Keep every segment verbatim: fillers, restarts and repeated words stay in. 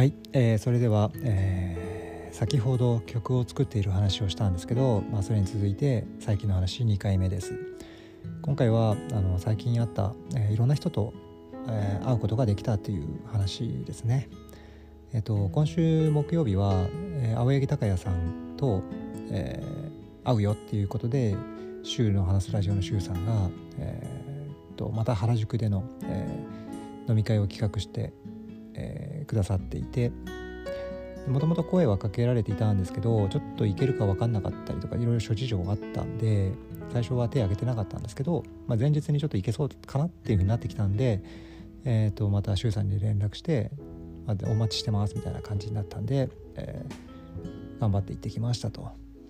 はい、えー、それでは、えー、先ほど曲を作っている話をしたんですけど、まあ、それに続いて最近の話にかいめです。今回はあの最近あった、えー、いろんな人と、えー、会うことができたという話ですね。えー、と今週木曜日は、えー、青柳高也さんと、えー、会うよっていうことで週の話すラジオの週さんが、えー、とまた原宿での、えー、飲み会を企画してえー、くださっていて、もともと声はかけられていたんですけど、ちょっと行けるか分かんなかったりとかいろいろ諸事情があったんで最初は手を挙げてなかったんですけど、まあ、前日にちょっと行けそうかなっていう風になってきたんで、えー、とまた周さんに連絡して、まあ、お待ちしてますみたいな感じになったんで、えー、頑張って行ってきましたと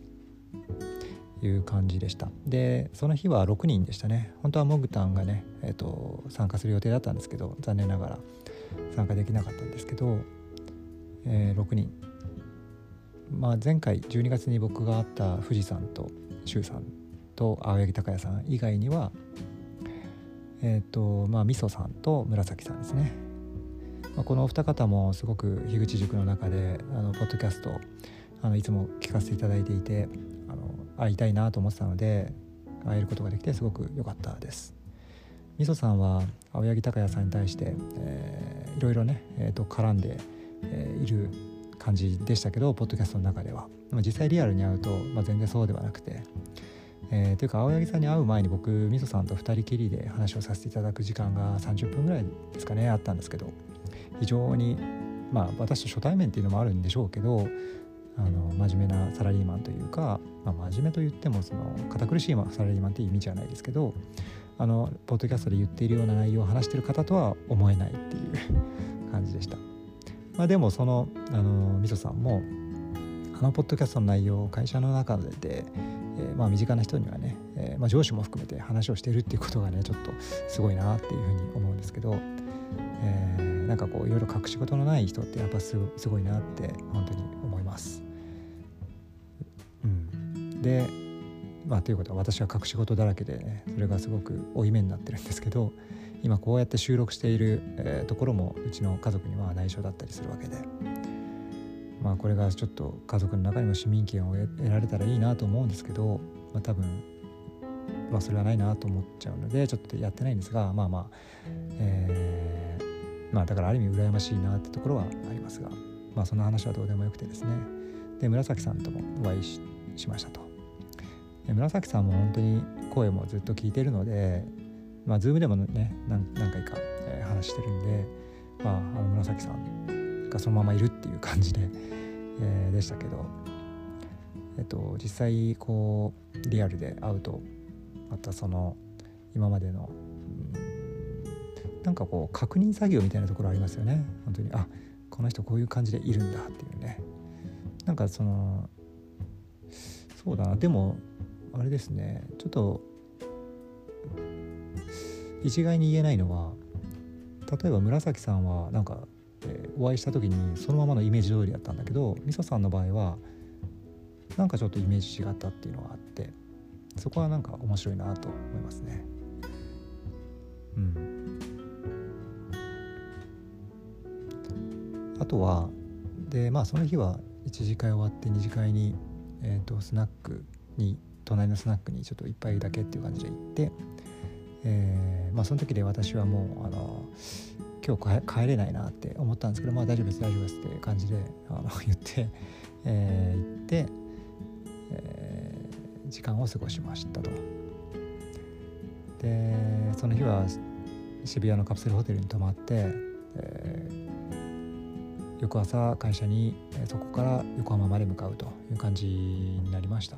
いう感じでした。でその日はろくにんでしたね。本当はモグタンがね、えー、と参加する予定だったんですけど、残念ながら参加できなかったんですけど、えー、ろくにん、まあ、前回じゅうにがつに僕が会った富士山と周さんと青柳高也さん以外には、えーとまあ、みそさんと紫さんですね。まあ、このお二方もすごく樋口塾の中であのポッドキャストあのいつも聞かせていただいていて、あの会いたいなと思ってたので会えることができてすごく良かったです。みそさんは青柳高也さんに対して、えー、いろいろね、えー、と絡んで、えー、いる感じでしたけど、ポッドキャストの中では実際リアルに会うと、まあ、全然そうではなくて、えー、というか青柳さんに会う前に僕みそさんとふたりきりで話をさせていただく時間がさんじゅっぷんぐらいですかねあったんですけど、非常にまあ私と初対面っていうのもあるんでしょうけど、あの真面目なサラリーマンというか、まあ、真面目と言ってもその堅苦しいサラリーマンっていう意味じゃないですけど、あのポッドキャストで言っているような内容を話している方とは思えないっていう感じでした。まあ、でもそのあのみそさんもあのポッドキャストの内容を会社の中で、えー、まあ身近な人にはね、えーまあ、上司も含めて話をしているっていうことがねちょっとすごいなっていうふうに思うんですけど、えー、なんかこういろいろ隠し事のない人ってやっぱすご、すごいなって本当に思います。うん、でまあということは私は隠し事だらけでね、それがすごく負い目になってるんですけど、今こうやって収録している、えー、ところもうちの家族には内緒だったりするわけで、まあこれがちょっと家族の中にも市民権を得られたらいいなと思うんですけど、まあ多分まあそれはないなと思っちゃうのでちょっとやってないんですが、まあまあ、えー、まあだからある意味羨ましいなってところはありますが、まあその話はどうでもよくてですね。で紫さんともお会い し, しましたと。紫さんも本当に声もずっと聞いてるので、まあ Zoom でもね 何, 何回か、えー、話してるんで、まあ、あの紫さんがそのままいるっていう感じで、えー、でしたけど、えっと実際こうリアルで会うとまたその今までの、うん、なんかこう確認作業みたいなところありますよね。本当にあこの人こういう感じでいるんだっていうね。なんかそのそうだな、でもあれですね、ちょっと一概に言えないのは、例えば紫さんはなんか、えー、お会いした時にそのままのイメージ通りだったんだけど、みそさんの場合はなんかちょっとイメージ違ったっていうのがあって、そこはなんか面白いなと思いますね。うん。あとはでまあその日はいち次会終わってに次会に、えー、とスナックに隣のスナックにちょっと一杯だけっていう感じで行って、えーまあ、その時で私はもうあの今日帰れないなって思ったんですけど、まあ大丈夫です大丈夫ですって感じであの言って、えー、行って、えー、時間を過ごしましたと。でその日は渋谷のカプセルホテルに泊まって、えー、翌朝会社にそこから横浜まで向かうという感じになりました。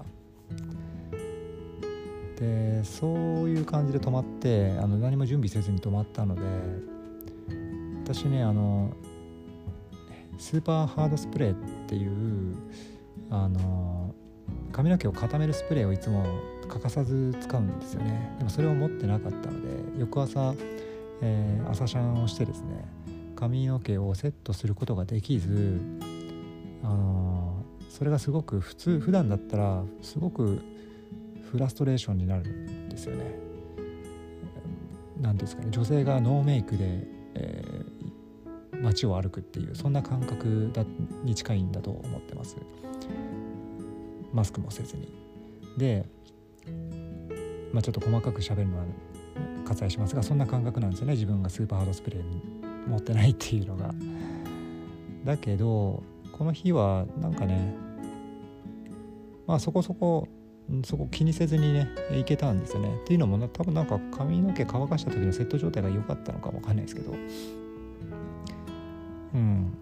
でそういう感じで泊まってあの何も準備せずに泊まったので、私ねあのスーパーハードスプレーっていうあの髪の毛を固めるスプレーをいつも欠かさず使うんですよね。でもそれを持ってなかったので翌朝、えー、朝シャンをしてですね、髪の毛をセットすることができず、あのそれがすごく普通普段だったらすごくフラストレーションになるんですよね。なんですかね、女性がノーメイクで、えー、 街を歩くっていうそんな感覚だに近いんだと思ってます。マスクもせずに。で、まあ、ちょっと細かく喋るのは割愛しますが、そんな感覚なんですよね、自分がスーパーハードスプレー持ってないっていうのが。だけどこの日はなんかね、まあそこそこそこ気にせずにねいけたんですよね。っていうのも多分なんか髪の毛乾かした時のセット状態が良かったのかもわかんないですけど、うん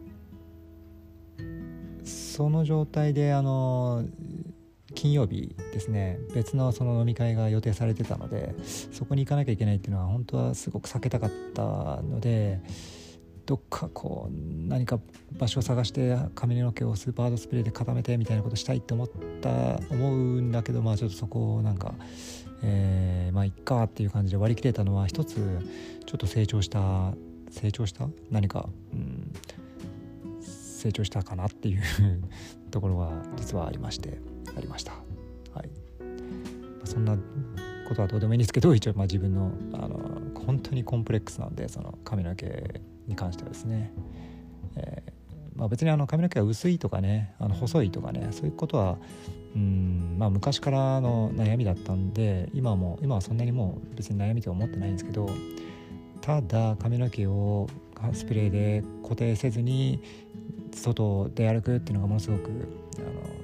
その状態であの金曜日ですね、別のその飲み会が予定されてたので、そこに行かなきゃいけないっていうのは本当はすごく避けたかったので、どっかこう何か場所を探して髪の毛をスーパーハードスプレーで固めてみたいなことしたいって思った思うんだけど、まあちょっとそこをなんか、えー、まあいっかっていう感じで割り切れたのは、一つちょっと成長した成長した何か、うん、成長したかなっていうところが実はありましてありました。はい。そんなことはどうでもいいんですけど、一応まあ自分のあの本当にコンプレックスなんで、その髪の毛に関してはですね、えーまあ、別にあの髪の毛が薄いとかね、あの細いとかね、そういうことはうん、まあ、昔からの悩みだったんで、今も今はそんなにもう別に悩みとは思ってないんですけど、ただ髪の毛をスプレーで固定せずに外で歩くっていうのがものすごくあ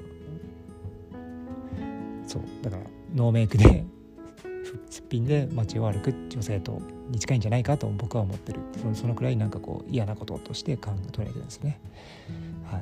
のそうだからノーメイクですっぴんで街を歩く女性とに近いんじゃないかと僕は思ってる。そのくらいなんかこう嫌なこととして考え捉えてるんですね。はい。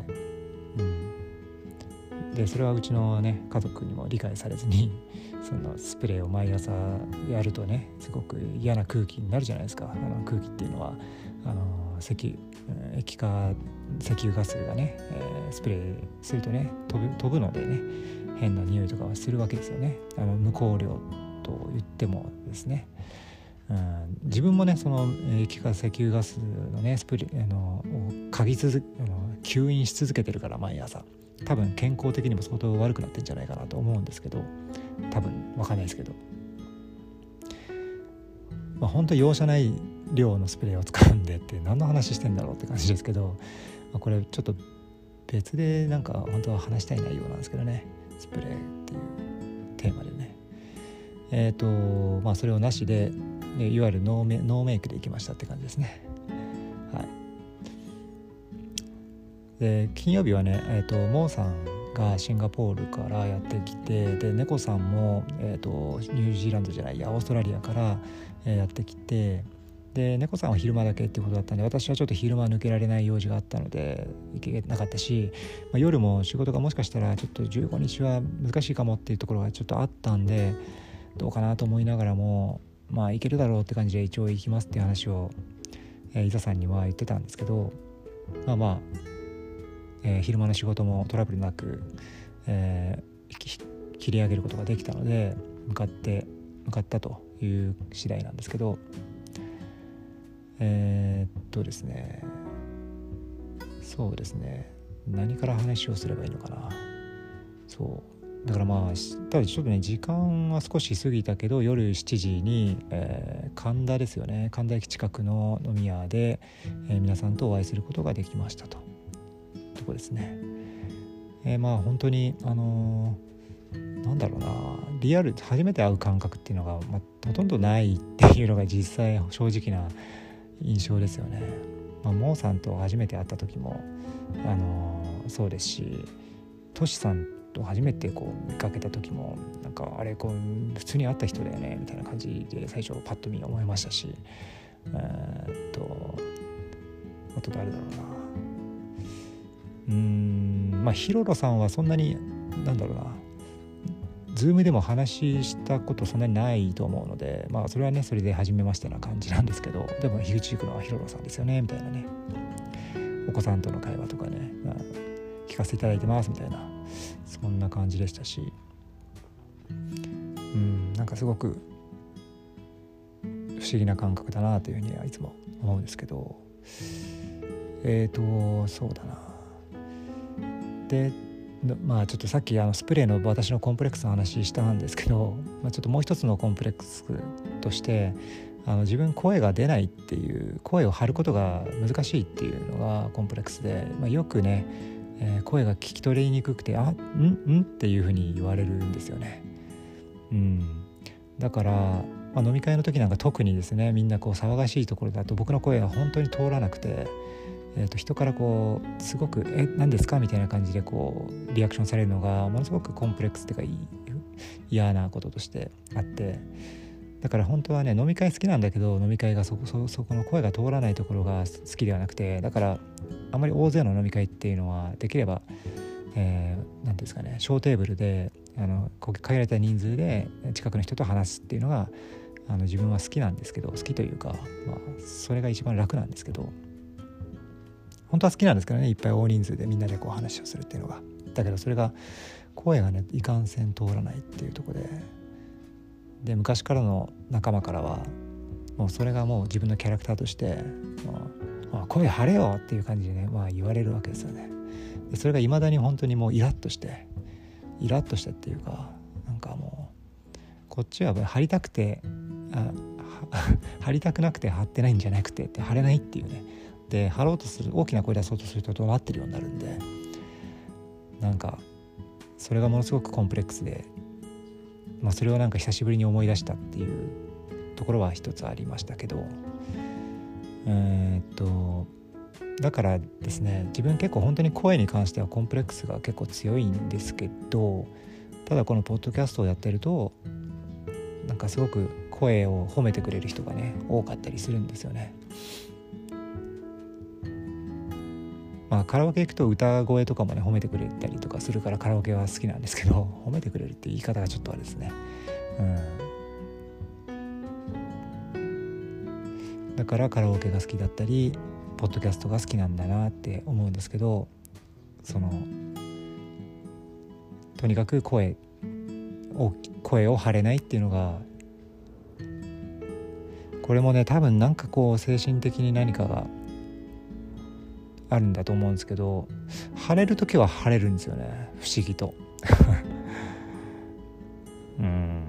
うん、でそれはうちのね家族にも理解されずに、そのスプレーを毎朝やるとねすごく嫌な空気になるじゃないですか。あの空気っていうのはあの石液化石油ガスがね、えー、スプレーするとね飛ぶ飛ぶのでね、変な匂いとかはするわけですよね。あの無香料と言ってもですね、うん、自分もねその液化石油ガスのねスプレーのを嗅ぎ続け吸引し続けてるから毎朝、多分健康的にも相当悪くなってんじゃないかなと思うんですけど、多分わかんないですけど、まあ本当容赦ない量のスプレーを使うんでって何の話してんだろうって感じですけど、まあ、これちょっと別でなんか本当は話したい内容なんですけどね、スプレーっていうテーマでね、えっとまあそれをなしでいわゆるノーメ、ノーメイクでいきましたって感じですね。はい。で金曜日はね、えーと、モーさんがシンガポールからやってきて、で猫さんも、えーと、ニュージーランドじゃないやオーストラリアから、えー、やってきて、で猫さんは昼間だけってことだったんで、私はちょっと昼間抜けられない用事があったので行けなかったし、まあ、夜も仕事がもしかしたらちょっとじゅうごにちは難しいかもっていうところがちょっとあったんで、どうかなと思いながらもまあ行けるだろうって感じで一応行きますっていう話を、えー、伊佐さんには言ってたんですけど、まあまあ、えー、昼間の仕事もトラブルなく、えー、切り上げることができたので向かって向かったという次第なんですけど、えー、っとですねそうですね何から話をすればいいのかな。そうだからまあただちょっとね時間は少し過ぎたけど、夜しちじに、えー、神田ですよね、神田駅近くの飲み屋で、えー、皆さんとお会いすることができましたととこですね。えー、まあ本当にあのー、なんだろうなリアル初めて会う感覚っていうのが、まあ、ほとんどないっていうのが実際正直な印象ですよね。まあ、モーさんと初めて会った時も、あのー、そうですし、トシさんと初めてこう見かけた時もなんかあれこう普通に会った人だよねみたいな感じで最初パッと見思いましたし、えー、っとあと誰だろうなうーんまあヒロロさんはそんなになんだろうなズームでも話したことそんなにないと思うので、まあそれはねそれで初めましてな感じなんですけど、でも樋口行くのはヒロロさんですよねみたいなね、お子さんとの会話とかね、まあ、聞かせていただいてますみたいなそんな感じでしたし、うんなんかすごく不思議な感覚だなというふうにはいつも思うんですけど、えーとそうだなでまあちょっとさっきあのスプレーの私のコンプレックスの話したんですけど、まあ、ちょっともう一つのコンプレックスとしてあの自分声が出ないっていう声を張ることが難しいっていうのがコンプレックスで、まあ、よくね、えー、声が聞き取りにくくてあんんっていうふうに言われるんですよね。うん、だから、まあ、飲み会の時なんか特にですねみんなこう騒がしいところだと僕の声は本当に通らなくて、えー、と人からこうすごくえ何ですかみたいな感じでこうリアクションされるのがものすごくコンプレックスっていうかいい嫌なこととしてあって、だから本当はね飲み会好きなんだけど飲み会がそこ、そ、そこの声が通らないところが好きではなくて、だからあまり大勢の飲み会っていうのはできれば、えー、なんですかね小テーブルであの限られた人数で近くの人と話すっていうのがあの自分は好きなんですけど、好きというか、まあ、それが一番楽なんですけど、本当は好きなんですけどねいっぱい大人数でみんなでこう話をするっていうのが、だけどそれが声がねいかんせん通らないっていうところでで昔からの仲間からはもうそれがもう自分のキャラクターとしてもう声張れよっていう感じでね、まあ、言われるわけですよね。でそれがいまだに本当にもうイラッとしてイラッとしてっていうか、なんかもうこっちは張りたくてあ張りたくなくて張ってないんじゃなくてって張れないっていうね、で張ろうとする大きな声出そうとすると怒鳴ってるようになるんで、なんかそれがものすごくコンプレックスで、まあ、それをなんか久しぶりに思い出したっていうところは一つありましたけど、えー、っとだからですね自分結構本当に声に関してはコンプレックスが結構強いんですけど、ただこのポッドキャストをやってるとなんかすごく声を褒めてくれる人がね多かったりするんですよね。まあカラオケ行くと歌声とかもね褒めてくれたりとかするからカラオケは好きなんですけど、褒めてくれるって言い方がちょっとあれですね、うん、だからカラオケが好きだったりポッドキャストが好きなんだなって思うんですけど、そのとにかく声を声を張れないっていうのがこれもね多分なんかこう精神的に何かがあるんだと思うんですけど、晴れるときは晴れるんですよね不思議とうーん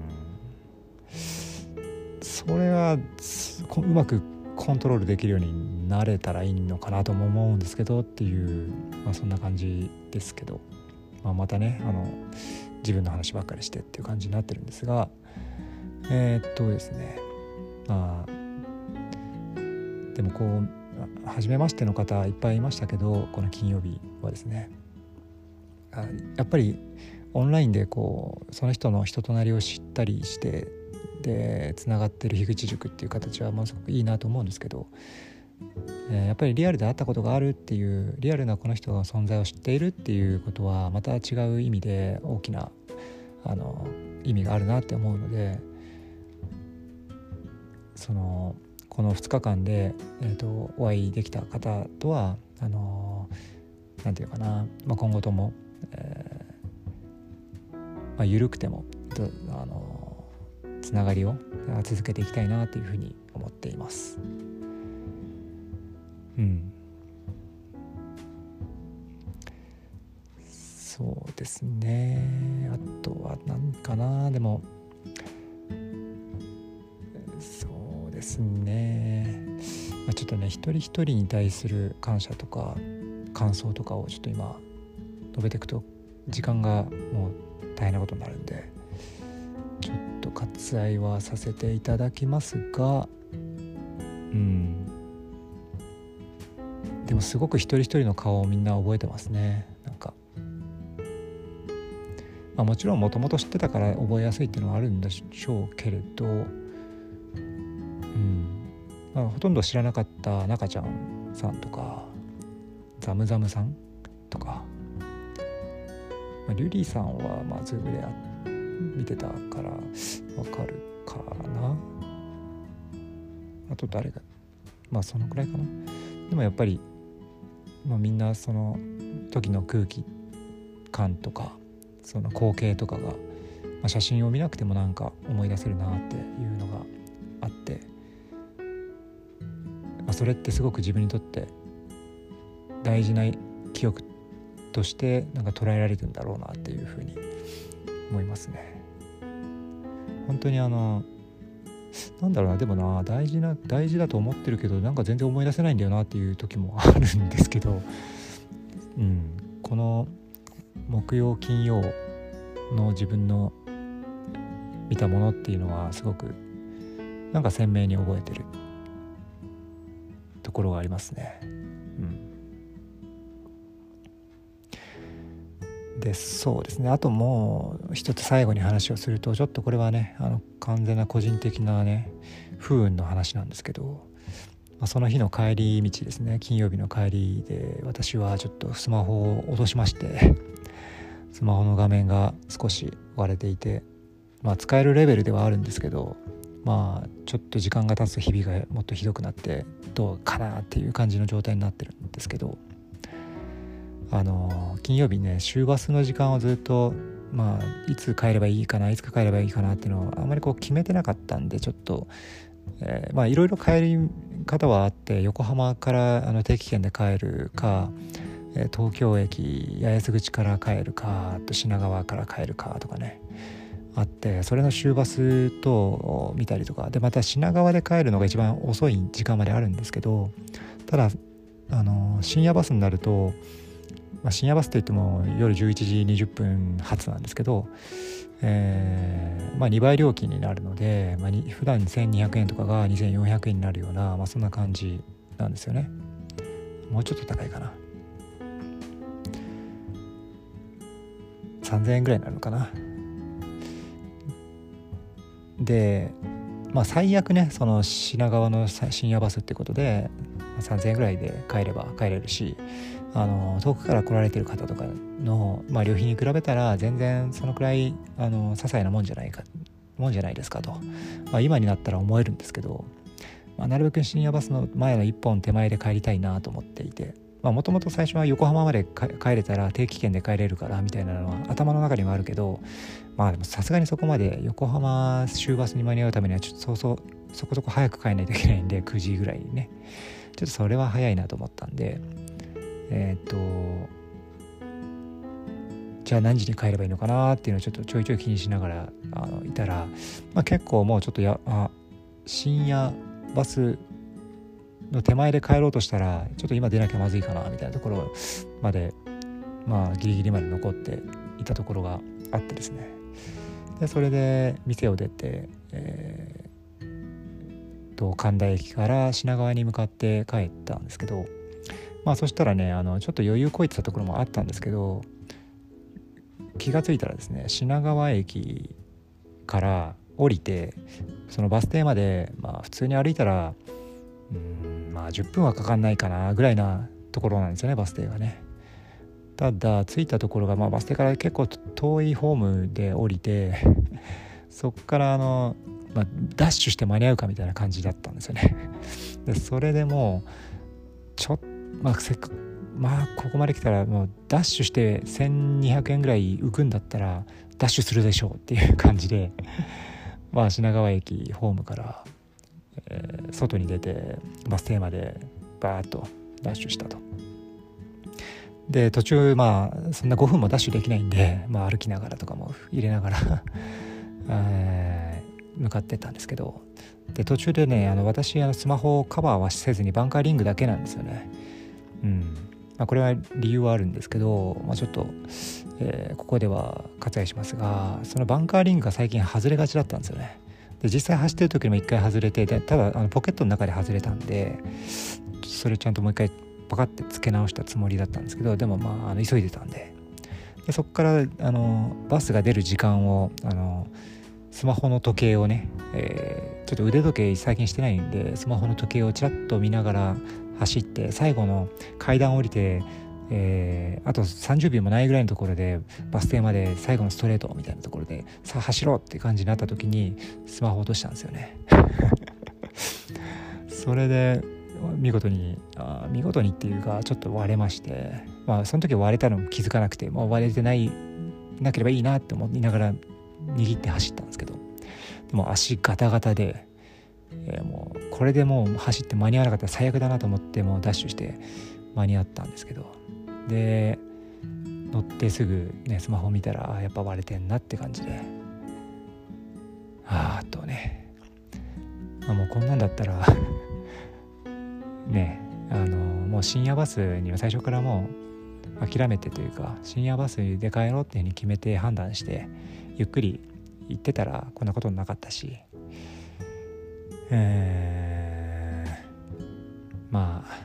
それはうまくコントロールできるようになれたらいいのかなとも思うんですけどっていう、まあ、そんな感じですけど、まあ、またねあの自分の話ばっかりしてっていう感じになってるんですが、えー、っとですねまあでもこう初めましての方いっぱいいましたけど、この金曜日はですねあやっぱりオンラインでこうその人の人となりを知ったりしてでつながってる樋口塾っていう形はものすごくいいなと思うんですけど、えー、やっぱりリアルで会ったことがあるっていうリアルなこの人の存在を知っているっていうことはまた違う意味で大きなあの意味があるなって思うので、そのこのふつかかんで、えー、とお会いできた方とはあのなんていうかな、まあ、今後とも、えーまあ、緩くてもあのつながりを続けていきたいなというふうに思っています。うん。そうですね。あとは何かな、でもそうですね、まあ、ちょっとね一人一人に対する感謝とか感想とかをちょっと今述べていくと時間がもう大変なことになるんでちょっと割愛はさせていただきますが、うんでもすごく一人一人の顔をみんな覚えてますね。なんか、まあ、もちろんもともと知ってたから覚えやすいっていうのはあるんでしょうけれど、うんまあ、ほとんど知らなかった中ちゃんさんとかザムザムさんとか、まあ、リュリーさんはまあズームで見てたからわかるかな。あと誰がまあそのくらいかな。でもやっぱり、まあ、みんなその時の空気感とかその光景とかが、まあ、写真を見なくてもなんか思い出せるなっていうのがあって、まあ、それってすごく自分にとって大事な記憶としてなんか捉えられるんだろうなっていうふうに思いますね。本当にあのなんだろうな、でもな大事な大事だと思ってるけどなんか全然思い出せないんだよなっていう時もあるんですけど、うん、この木曜金曜の自分の見たものっていうのはすごくなんか鮮明に覚えてるところがありますね。うん、でそうですね、あともう一つ最後に話をすると、ちょっとこれはねあの完全な個人的なね不運の話なんですけど、まあ、その日の帰り道ですね、金曜日の帰りで私はちょっとスマホを落としまして、スマホの画面が少し割れていて、まあ使えるレベルではあるんですけど、まあちょっと時間が経つとひびがもっとひどくなってどうかなっていう感じの状態になってるんですけど、あの金曜日ね終バスの時間をずっとまあいつ帰ればいいかないつか帰ればいいかなっていうのをあんまりこう決めてなかったんで、ちょっと、えー、まあいろいろ帰り方はあって、横浜からあの定期券で帰るか、東京駅八重洲口から帰るか、あと品川から帰るかとかねあって、それの終バスと見たりとかで、また品川で帰るのが一番遅い時間まであるんですけど、ただあの深夜バスになると、まあ、深夜バスといっても夜じゅういちじにじゅっぷん発なんですけど、えーまあ、にばい料金になるので、まあ、に普段せんにひゃくえんとかがにせんよんひゃくえんになるような、まあ、そんな感じなんですよね。もうちょっと高いかな、さんぜんえんぐらいになるのかな。でまあ最悪ね、その品川の深夜バスってことでさんぜんえんぐらいで帰れば帰れるし、あの遠くから来られてる方とかの、まあ、旅費に比べたら全然そのくらいあの些細なもんじゃないかもんじゃないですかと、まあ、今になったら思えるんですけど、まあ、なるべく深夜バスの前の一本手前で帰りたいなと思っていて、もともと最初は横浜まで帰れたら定期券で帰れるからみたいなのは頭の中にはあるけど、まあでもさすがにそこまで横浜終バスに間に合うためにはちょっとそうそうそこそこ早く帰らないといけないんで、くじぐらいにね、ちょっとそれは早いなと思ったんで、えっとじゃあ何時に帰ればいいのかなっていうのをちょっとちょいちょい気にしながらあのいたら、まあ、結構もうちょっとやあ深夜バスの手前で帰ろうとしたらちょっと今出なきゃまずいかなみたいなところまで、まあギリギリまで残っていたところがあってですね、でそれで店を出て、えー、と神田駅から品川に向かって帰ったんですけど、まあそしたらねあのちょっと余裕こいてたところもあったんですけど、気がついたらですね、品川駅から降りてそのバス停まで、まあ普通に歩いたらうーんまあじゅっぷんはかかんないかなぐらいなところなんですよね、バス停がね。ただ着いたところが、まあ、バス停から結構遠いホームで降りてそっからあの、まあ、ダッシュして間に合うかみたいな感じだったんですよね。でそれでもうちょっまあせっかまあここまで来たらもうダッシュしてせんにひゃくえんぐらい浮くんだったらダッシュするでしょうっていう感じでまあ品川駅ホームから、えー、外に出てバス停までバーッとダッシュしたと。で途中まあそんなごふんもダッシュできないんで、まあ、歩きながらとかも入れながら、えー、向かってったんですけど、で途中でねあの私あのスマホをカバーはせずにバンカーリングだけなんですよね。うんまあ、これは理由はあるんですけど、まあ、ちょっと、えー、ここでは割愛しますが、そのバンカーリングが最近外れがちだったんですよね。で実際走ってる時にも一回外れて、でただあのポケットの中で外れたんでそれちゃんともう一回パカッて付け直したつもりだったんですけど、でもまあ、あの急いでたんで、でそこからあのバスが出る時間をあのスマホの時計をね、えー、ちょっと腕時計最近してないんでスマホの時計をちらっと見ながら走って、最後の階段降りて、えー、あとさんじゅうびょうもないぐらいのところでバス停まで最後のストレートみたいなところでさあ走ろうって感じになった時にスマホ落としたんですよねそれで見事にあ見事にっていうかちょっと割れまして、まあその時割れたのも気づかなくて、もう割れてないなければいいなって思いながら握って走ったんですけど、でも足ガタガタで、えー、もうこれでもう走って間に合わなかったら最悪だなと思ってもうダッシュして間に合ったんですけど、で乗ってすぐねスマホ見たらやっぱ割れてんなって感じで、あーっとねあ、もうこんなんだったらね、あのもう深夜バスには最初からもう諦めてというか、深夜バスで帰ろうっていうふうに決めて判断してゆっくり行ってたらこんなことなかったし、えー、まあ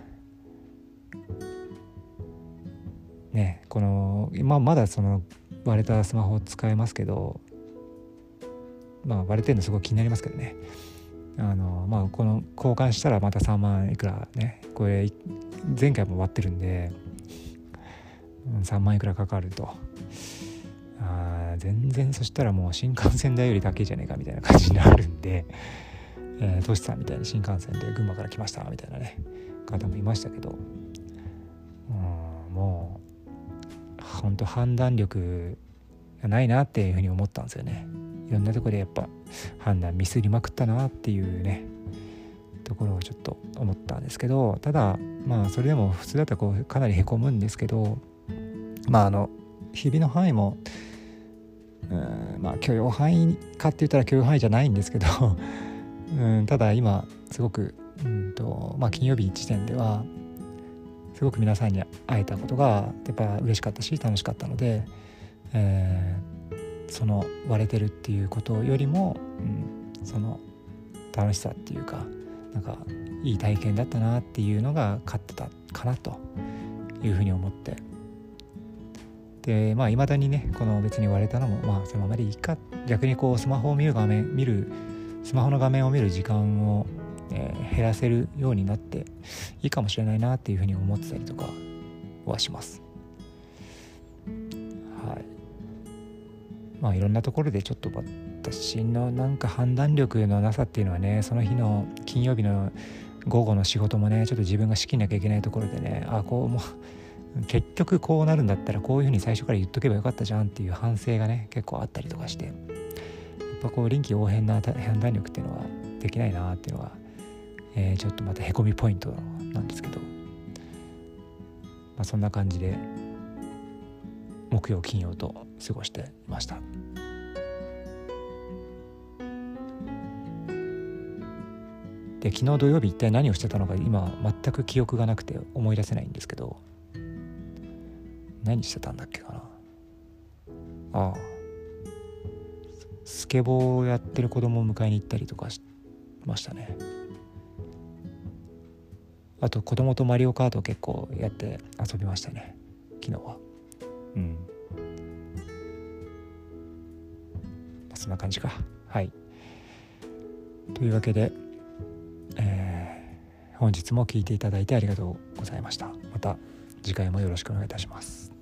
ね、この今まだその割れたスマホを使えますけど、まあ割れてるのすごい気になりますけどね。あのまあこの交換したらまたさんまんいくらね、これ前回も割ってるんでさんまんいくらかかると、あ全然そしたらもう新幹線代より高いじゃねえかみたいな感じになるんで、えー、トシさんみたいに新幹線で群馬から来ましたみたいなね方もいましたけど、うんもう本当判断力がないなっていうふうに思ったんですよね。いろんなところでやっぱ判断ミスりまくったなっていうねところをちょっと思ったんですけど、ただまあそれでも普通だったらこうかなりへこむんですけど、まああの日々の範囲もうんまあ許容範囲かって言ったら許容範囲じゃないんですけどうんただ今すごくうんとまあ金曜日時点ではすごく皆さんに会えたことがやっぱ嬉しかったし楽しかったので、えーその割れてるっていうことよりも、うん、その楽しさっていうかなんかいい体験だったなっていうのが勝ってたかなというふうに思って、でまあいまだにねこの別に割れたのもまあそのままでいいか、逆にこうスマホを見る画面見るスマホの画面を見る時間を、えー、減らせるようになっていいかもしれないなっていうふうに思ってたりとかはします。はい。まあいろんなところでちょっと私のなんか判断力のなさっていうのはね、その日の金曜日の午後の仕事もねちょっと自分が仕切んなきゃいけないところでね、あこうもう結局こうなるんだったらこういうふうに最初から言っとけばよかったじゃんっていう反省がね結構あったりとかして、やっぱこう臨機応変な判断力っていうのはできないなっていうのが、えー、ちょっとまたへこみポイントなんですけど、まあ、そんな感じで木曜金曜と過ごしていました。で昨日土曜日一体何をしてたのか今全く記憶がなくて思い出せないんですけど、何してたんだっけかな。ああスケボーをやってる子供を迎えに行ったりとかしましたね。あと子供とマリオカートを結構やって遊びましたね昨日は。うん、そんな感じか。はい。というわけで、えー、本日も聞いていただいてありがとうございました。また次回もよろしくお願いいたします。